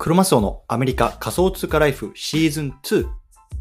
クロマスオのアメリカ仮想通貨ライフシーズン2。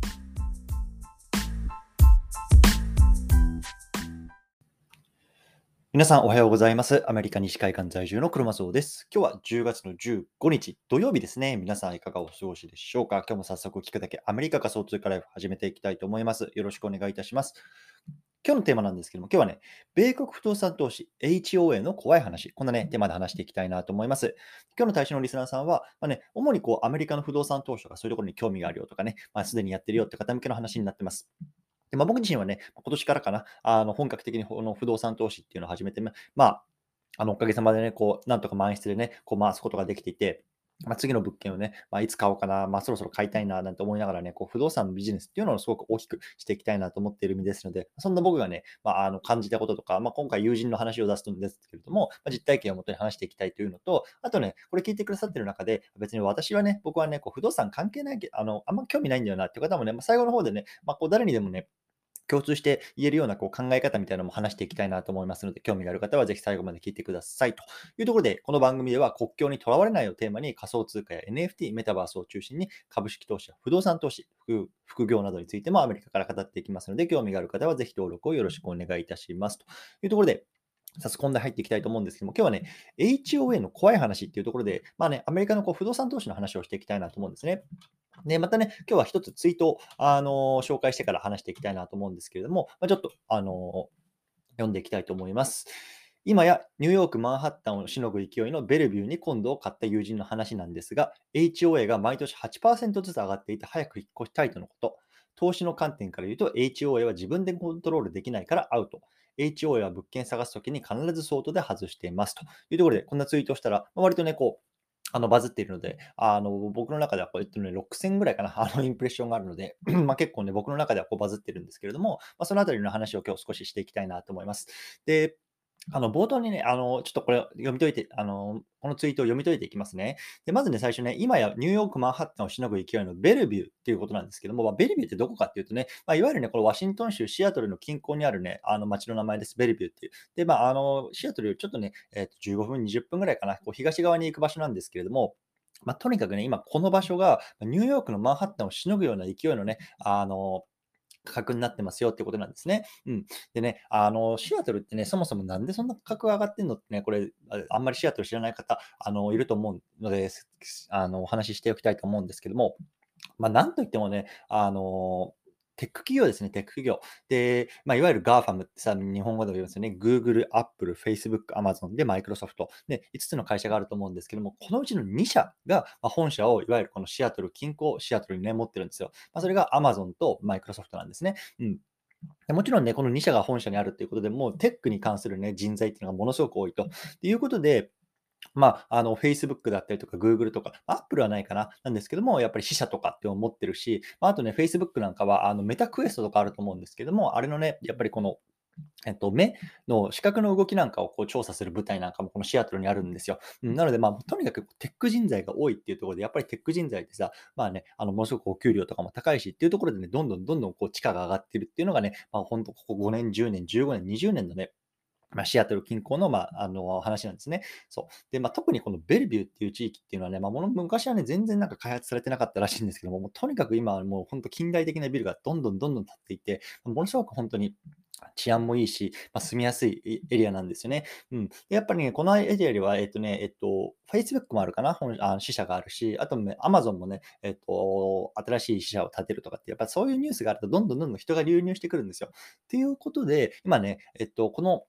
皆さんおはようございます。アメリカ西海岸在住のクロマスオです。今日は10月の15日土曜日ですね。皆さんいかがお過ごしでしょうか。今日も早速聞くだけアメリカ仮想通貨ライフ始めていきたいと思います。よろしくお願いいたします。今日のテーマなんですけども、今日はね、米国不動産投資 HOA の怖い話、こんなね、テーマで話していきたいなと思います。今日の対象のリスナーさんは、主にアメリカの不動産投資とかそういうところに興味があるよとかね、すでにやってるよって方向けの話になってます。で、僕自身はね、今年からかな、本格的に不動産投資っていうのを始めて、おかげさまでね、なんとか満室でね、回すことができていて、次の物件をね、いつ買おうかな、そろそろ買いたいな、なんて思いながらね、不動産のビジネスっていうのをすごく大きくしていきたいなと思っている意味ですので、そんな僕がね、感じたこととか、今回友人の話を出すんですけれども、実体験をもとに話していきたいというのと、あとね、これ聞いてくださってる中で、別に僕はね、不動産関係ないけど、あんま興味ないんだよなっていう方もね、最後の方でね、誰にでもね、共通して言えるような考え方みたいなのも話していきたいなと思いますので、興味がある方はぜひ最後まで聞いてください。というところで、この番組では国境にとらわれないをテーマに仮想通貨や NFT、メタバースを中心に株式投資や不動産投資、副業などについてもアメリカから語っていきますので、興味がある方はぜひ登録をよろしくお願いいたします。というところで、早速本題入っていきたいと思うんですけども、今日はね、HOA の怖い話っていうところで、アメリカの不動産投資の話をしていきたいなと思うんですね。で、またね、今日は一つツイートを、紹介してから話していきたいなと思うんですけれども、ちょっと、読んでいきたいと思います。今やニューヨーク・マンハッタンをしのぐ勢いのベルビューにコンドを買った友人の話なんですが、HOA が毎年8%ずつ上がっていて早く引っ越したいとのこと。投資の観点から言うと、HOA は自分でコントロールできないからアウト。HOA は物件探すときに必ず相当で外しています。というところで、こんなツイートをしたら、割とね、バズっているので、僕の中では6000ぐらいかな、インプレッションがあるので、結構ね、僕の中ではバズってるんですけれども、そのあたりの話を今日少ししていきたいなと思います。で、冒頭にね、ちょっとこれを読み解いて、このツイートを読み解いていきますね。で、まずね、最初ね、今やニューヨーク、マンハッタンをしのぐ勢いのベルビューっていうことなんですけども、ベルビューってどこかっていうとね、いわゆるね、このワシントン州シアトルの近郊にあるね、町の名前です。ベルビューっていう。で、シアトルよりちょっとね、15分、20分ぐらいかな、東側に行く場所なんですけれども、とにかくね、今この場所がニューヨークのマンハッタンをしのぐような勢いのね、価格になってますよってことなんですね。うん。でね、シアトルってね、そもそもなんでそんな価格が上がってんのってね、これ、あんまりシアトル知らない方、いると思うので、お話ししておきたいと思うんですけども、なんといってもね、テック企業ですね、テック企業。で、いわゆる GAFAM ってさ、日本語でも言いますよね。Google、Apple、Facebook、Amazon で Microsoft。で、5つの会社があると思うんですけども、このうちの2社が、本社をいわゆるこのシアトル近郊、シアトルにね、持ってるんですよ。それが Amazon と Microsoft なんですね。うん。でもちろんね、この2社が本社にあるということで、もうテックに関するね、人材っていうのがものすごく多いと。いうことで、Facebook だったりとか Google とか、Apple はないかな、なんですけども、やっぱり支社とかって思ってるし、あとね、Facebook なんかは、メタクエストとかあると思うんですけども、あれのね、やっぱりこの、目の視覚の動きなんかを調査する部隊なんかもこのシアトルにあるんですよ。なので、とにかくテック人材が多いっていうところで、やっぱりテック人材ってさ、ものすごくお給料とかも高いしっていうところでね、どんどんどんどん地価が上がってるっていうのがね、本当ここ5年、10年、15年、20年のね、シアトル近郊の、話なんですね。そう。で、特にこのベルビューっていう地域っていうのはね、昔はね、全然なんか開発されてなかったらしいんですけども、とにかく今はもう本当近代的なビルがどんどんどんどん建っていて、ものすごく本当に治安もいいし、住みやすいエリアなんですよね。うん。で、やっぱりね、このエリアには、Facebook もあるかな、支社があるし、あとね、Amazon もね、新しい支社を建てるとかって、やっぱそういうニュースがあると、どんどんどんどん人が流入してくるんですよ。っていうことで、今ね、この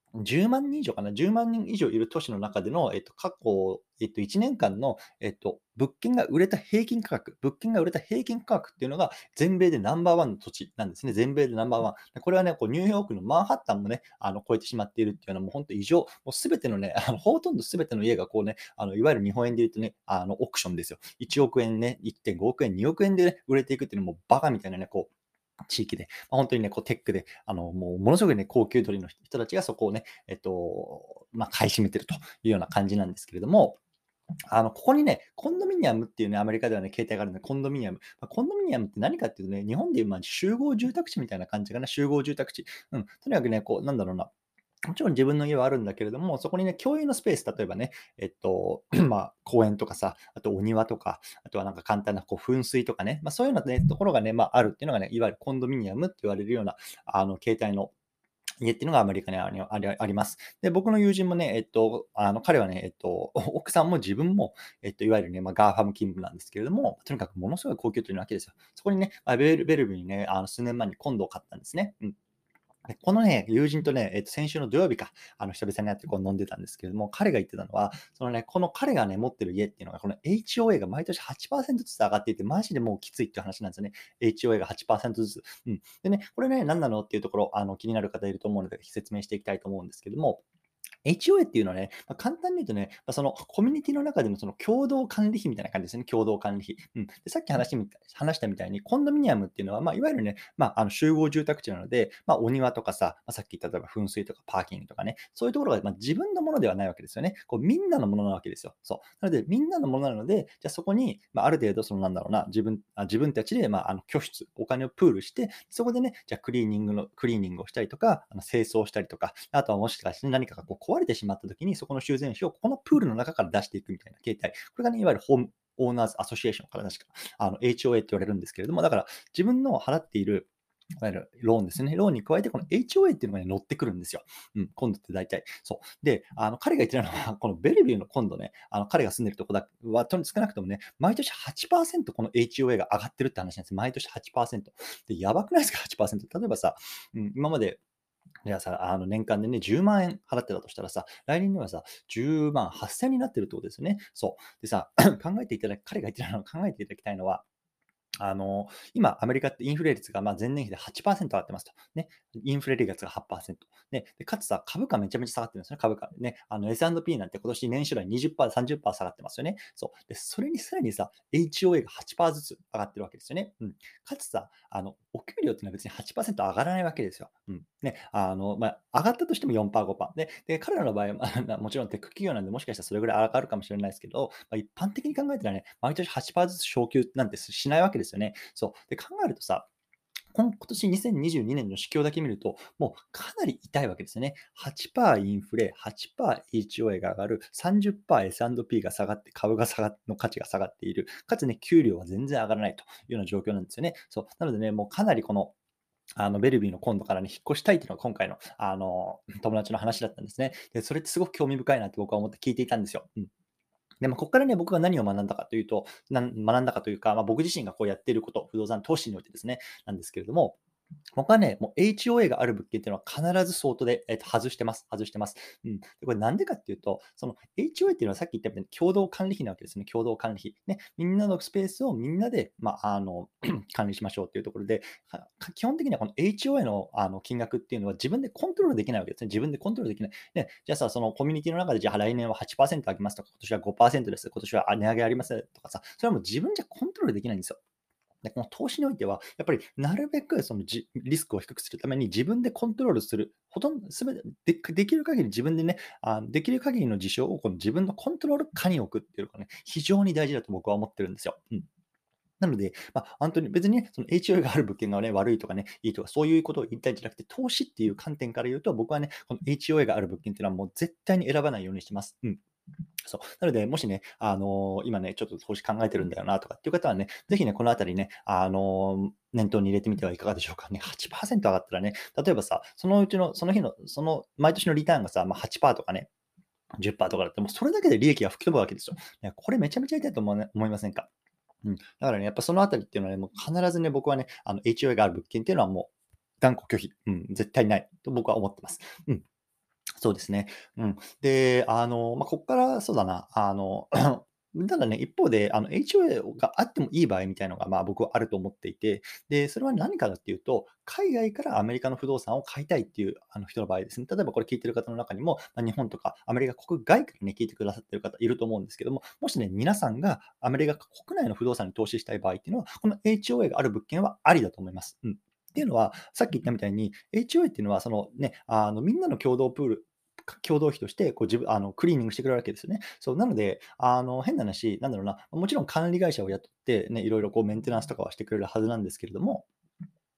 10万人以上かな、10万人以上いる都市の中での、過去、1年間の、物件が売れた平均価格っていうのが、全米でナンバーワンの土地なんですね。全米でナンバーワン。でこれはね、ニューヨークのマンハッタンもね、超えてしまっているっていうのはもう本当異常。もうすべてのね、ほとんどすべての家がいわゆる日本円で言うとね、オークションですよ。1億円ね、1.5億円、2億円でね、売れていくっていうのもバカみたいなね、地域で、本当にね、テックで、もうものすごいね、高級取りの人たちがそこをね、買い占めてるというような感じなんですけれども、ここにね、コンドミニアムっていうね、アメリカではね、形態があるので、コンドミニアム。コンドミニアムって何かっていうとね、日本でいう、集合住宅地みたいな感じかな、集合住宅地。うん、とにかくね、なんだろうな、 もちろん自分の家はあるんだけれども、そこにね、共有のスペース、例えばね、公園とかさ、あとお庭とか、あとはなんか簡単なこう噴水とかね、そういうようなね、ところがね、あるっていうのがね、いわゆるコンドミニアムって言われるような、形態の家っていうのがアメリカにあります。で、僕の友人もね、彼はね、奥さんも自分も、いわゆるね、ガーファム勤務なんですけれども、とにかくものすごい高級というわけですよ。そこにね、ベルビーにね、数年前にコンドを買ったんですね。うん。で、このね、友人とね、先週の土曜日か、久々に会ってこう飲んでたんですけれども、彼が言ってたのは、そのね、この彼がね、持ってる家っていうのが、この HOA が毎年8%ずつ上がっていて、マジでもうきついっていう話なんですよね。HOA が8%ずつ。うん。でね、これね、何なのっていうところ、気になる方いると思うので、説明していきたいと思うんですけども、HOA っていうのはね、簡単に言うとね、そのコミュニティの中でのその共同管理費みたいな感じですね、共同管理費。うん。で、さっき話したみたいに、コンドミニアムっていうのは、いわゆるね、集合住宅地なので、お庭とかさ、さっき言った例えば噴水とかパーキングとかね、そういうところが、自分のものではないわけですよね。こう、みんなのものなわけですよ。そう。なので、みんなのものなので、じゃあそこに、ある程度、そのなんだろうな、自分たちで、拠出、お金をプールして、そこでね、じゃあクリーニングをしたりとか、清掃したりとか、あとはもしかして何かがこう壊れてしまった時に、そこの修繕費をこのプールの中から出していくみたいな形態。これがね、いわゆるホームオーナーズアソシエーションから確か、HOA って言われるんですけれども、だから自分の払っているいわゆるローンですね。ローンに加えて、この HOA っていうのがね、乗ってくるんですよ。うん、今度って大体。そう。で、彼が言ってたのは、このベルビューの今度ね、彼が住んでるとこだは、少なくともね、毎年8%この HOA が上がってるって話なんです。毎年8%。で、やばくないですか？ 8%。例えばさ、今までじゃあさ、年間でね、10万円払ってたとしたらさ、来年にはさ、10万8000になってるってことですよね。そう。でさ、彼が言ってたの考えていただきたいのは、今、アメリカってインフレ率が前年比で8%上がってますと。ね。インフレ率が8%。で、かつさ、株価めちゃめちゃ下がってるんですね、株価。ね。S&P なんて今年年初来20%、30%下がってますよね。そう。で、それにさらにさ、HOA が8%ずつ上がってるわけですよね。うん。かつさ、お給料っていうのは別に8%上がらないわけですよ。うん。ね。上がったとしても4%、5%。で、彼らの場合は、もちろんテック企業なんで、もしかしたらそれぐらい上がるかもしれないですけど、一般的に考えたらね、毎年8%ずつ昇給なんてしないわけですよね。そう。で、考えるとさ、今年2022年の指標だけ見ると、もうかなり痛いわけですよね。8%インフレ、8% HOA が上がる、30% S&P が下がって、株がの価値が下がっている。かつね、給料は全然上がらないというような状況なんですよね。そう。なのでね、もうかなりこのベルビーの今度からね、引っ越したいっていうのが今回の、友達の話だったんですね。で、それってすごく興味深いなって僕は思って聞いていたんですよ。うん。で、ここからね、僕が何を学んだかというと、学んだかというか、僕自身がこうやっていること、不動産投資においてですね、なんですけれども、僕はね、もう HOA がある物件っていうのは必ず相当で、外してます。外してます。うん。で、これなんでかっていうと、その HOA っていうのはさっき言ったみたいに共同管理費なわけですね。共同管理費。ね、みんなのスペースをみんなで、管理しましょうっていうところで、基本的にはこの HOA の金額っていうのは自分でコントロールできないわけですね。自分でコントロールできない。で、じゃあさ、そのコミュニティの中で、じゃあ来年は8%上げますとか、今年は5%です。今年は値上げありますとかさ、それはもう自分じゃコントロールできないんですよ。で、この投資においては、やっぱりなるべくそのリスクを低くするために自分でコントロールする、ほとんどすべてできる限り自分でね、できる限りの事象をこの自分のコントロール下に置くっていうのがね、非常に大事だと僕は思ってるんですよ。うん。なので、本当に別にね、その HOA がある物件がね、悪いとかね、いいとか、そういうことを言いたいんじゃなくて、投資っていう観点から言うと、僕はね、この HOA がある物件っていうのはもう絶対に選ばないようにしてます。うん。そう。なので、もしね、今ね、ちょっと投資考えてるんだよなとかっていう方はね、ぜひね、このあたりね、念頭に入れてみてはいかがでしょうかね。8%上がったらね、例えばさ、そのうちの、その日の、その毎年のリターンがさ、8%とかね、10%とかだって、もうそれだけで利益が吹き飛ぶわけですよ。いや、これめちゃめちゃ痛いと思いませんか？うん。だからね、やっぱそのあたりっていうのはね、もう必ずね、僕はね、HOA がある物件っていうのはもう断固拒否。うん、絶対ないと僕は思ってます。うん。そうですね。うん。で、こっからそうだな、ただね、一方で、HOA があってもいい場合みたいなのが、僕はあると思っていて、で、それは何かっていうと、海外からアメリカの不動産を買いたいっていう人の場合ですね。例えばこれ聞いてる方の中にも、日本とかアメリカ国外からね、聞いてくださってる方いると思うんですけども、もしね、皆さんがアメリカ国内の不動産に投資したい場合っていうのは、この HOA がある物件はありだと思います。うん。っていうのは、さっき言ったみたいに、HOA っていうのは、そのね、みんなの共同費として、こう自分クリーニングしてくれるわけですよね。そう、なので、変な話、なんだろうな、もちろん管理会社を雇ってね、いろいろこうメンテナンスとかはしてくれるはずなんですけれども、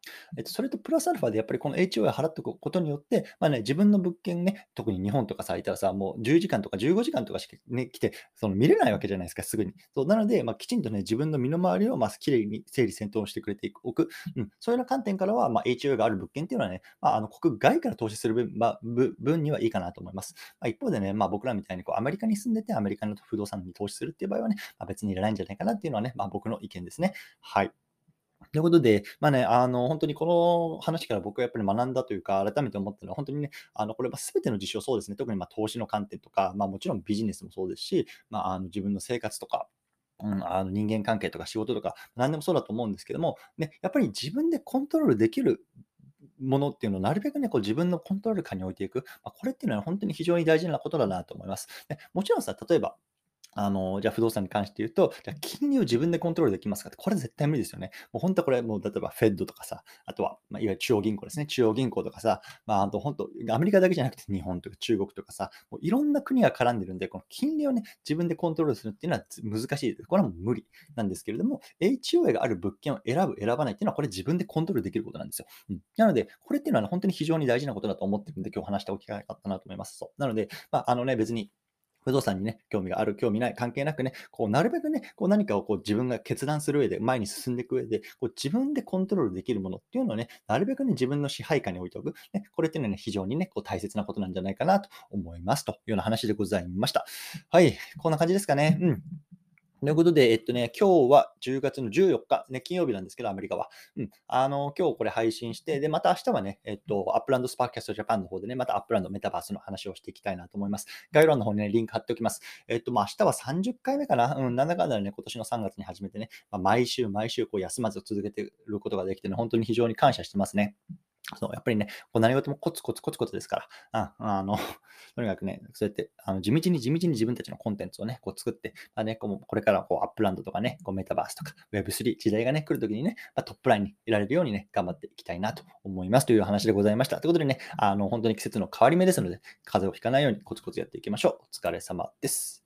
それとプラスアルファでやっぱりこの HOA 払っておくことによって、まあね、自分の物件ね、特に日本とかさ、いたらさ、もう10時間とか15時間とかしかね、来て、その見れないわけじゃないですか、すぐに。そうなので、まあ、きちんとね、自分の身の回りを、まあ、きれいに整理整頓してくれておく。そういうような観点からは、まあ、HOA がある物件っていうのはね、まあ、国外から投資する分、まあ、分にはいいかなと思います。まあ、一方でね、まあ、僕らみたいにこうアメリカに住んでて、アメリカの不動産に投資するっていう場合はね、まあ、別にいらないんじゃないかなっていうのはね、まあ、僕の意見ですね。はい。ということで、まあね、本当にこの話から僕はやっぱり学んだというか、改めて思ったのは、本当にね、これは全ての事象そうですね、特に投資の観点とか、もちろんビジネスもそうですし、自分の生活とか、人間関係とか仕事とか、何でもそうだと思うんですけども、ね、やっぱり自分でコントロールできるものっていうのをなるべくね、こう自分のコントロール下に置いていく。これっていうのは本当に非常に大事なことだなと思います。で、もちろんさ、例えばじゃあ不動産に関して言うと、じゃあ金利を自分でコントロールできますかって、これ絶対無理ですよね。もう本当はこれ、もう例えばフェッドとかさ、あとは、いわゆる中央銀行ですね。中央銀行とかさ、あと本当、アメリカだけじゃなくて日本とか中国とかさ、もういろんな国が絡んでるんで、この金利をね、自分でコントロールするっていうのは難しいです。これはもう無理なんですけれども、HOA がある物件を選ぶ、選ばないっていうのは、これ自分でコントロールできることなんですよ。なので、これっていうのはね、本当に非常に大事なことだと思ってるんで、今日話しておきたかったなと思います。そう。なので、別に不動産にね、興味がある、興味ない、関係なくね、こうなるべくね、こう何かをこう自分が決断する上で、前に進んでいく上で、こう自分でコントロールできるものっていうのをね、なるべくね、自分の支配下に置いておく。ね、これっていうのはね、非常にね、こう大切なことなんじゃないかなと思いますというような話でございました。はい、こんな感じですかね。ということで、今日は10月の14日、ね、金曜日なんですけど、アメリカは。今日これ配信して、で、また明日はね、アップランドスパーキャストジャパンの方でね、またアップランドメタバースの話をしていきたいなと思います。概要欄の方にね、リンク貼っておきます。明日は30回目かな。なんだかんだね、今年の3月に始めてね、毎週毎週こう休まず続けていることができてね、本当に非常に感謝してますね。そう、やっぱりね、こう何事もコツコツコツコツですから、とにかくね、そうやって、地道に自分たちのコンテンツをね、こう作って、これからこうアップランドとかね、こうメタバースとか Web3 時代がね、来るときにね、トップラインにいられるようにね、頑張っていきたいなと思いますという話でございました。ということでね、本当に季節の変わり目ですので、風邪をひかないようにコツコツやっていきましょう。お疲れ様です。